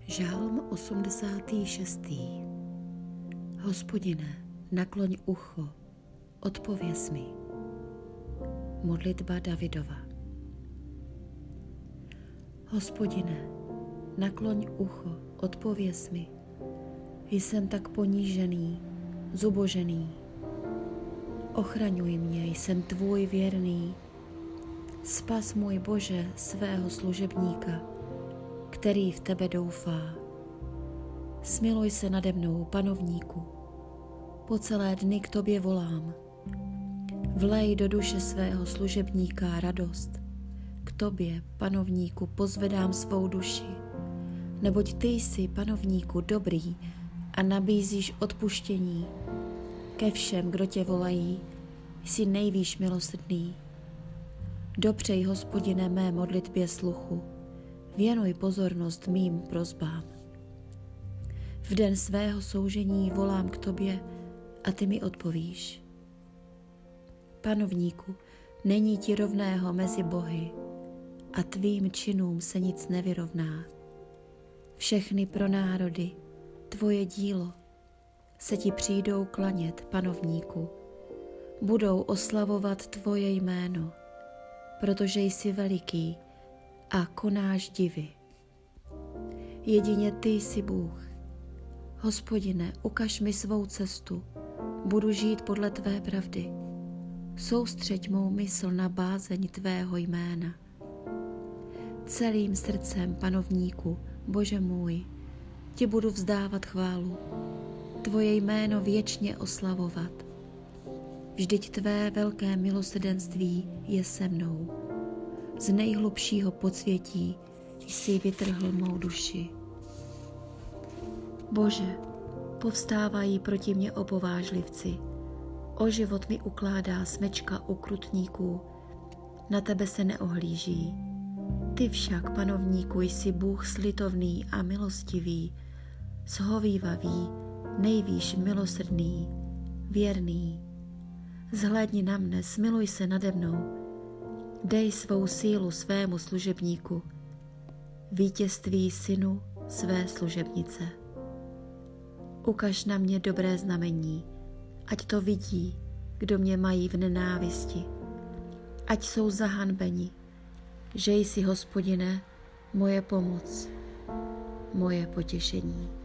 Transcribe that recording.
Žálm 86. Hospodine, nakloň ucho, odpověz mi. Modlitba Davidova. Hospodine, nakloň ucho, odpověz mi. Jsem tak ponížený, zubožený. Ochraňuj mě, jsem tvůj věrný. Spas, můj Bože, svého služebníka, který v tebe doufá. Smiluj se nade mnou, panovníku. Po celé dny k tobě volám. Vlej do duše svého služebníka radost. K tobě, panovníku, pozvedám svou duši. Neboť ty jsi, panovníku, dobrý a nabízíš odpuštění. Ke všem, kdo tě volají, jsi nejvýš milosrdný. Dopřej, Hospodine, mé modlitbě sluchu. Věnuj pozornost mým prosbám. V den svého soužení volám k tobě a ty mi odpovíš. Panovníku, není ti rovného mezi bohy a tvým činům se nic nevyrovná. Všechny pronárody, tvoje dílo, se ti přijdou klanět, panovníku. Budou oslavovat tvoje jméno, protože jsi veliký a konáš divy. Jedině ty jsi Bůh. Hospodine, ukaž mi svou cestu, budu žít podle tvé pravdy. Soustřeď mou mysl na bázeň tvého jména. Celým srdcem, panovníku, Bože můj, ti budu vzdávat chválu, tvoje jméno věčně oslavovat. Vždyť tvé velké milosrdenství je se mnou. Z nejhlubšího podsvětí jsi vytrhl mou duši. Bože, povstávají proti mně opovážlivci. O život mi ukládá smečka ukrutníků. Na tebe se neohlíží. Ty však, panovníku, jsi Bůh slitovný a milostivý, shovívavý, nejvýš milosrdný, věrný. Zhlédni na mne, smiluj se nade mnou. Dej svou sílu svému služebníku, vítězství synu své služebnice. Ukaž na mě dobré znamení, ať to vidí, kdo mě mají v nenávisti. Ať jsou zahanbeni, že jsi, Hospodine, moje pomoc, moje potěšení.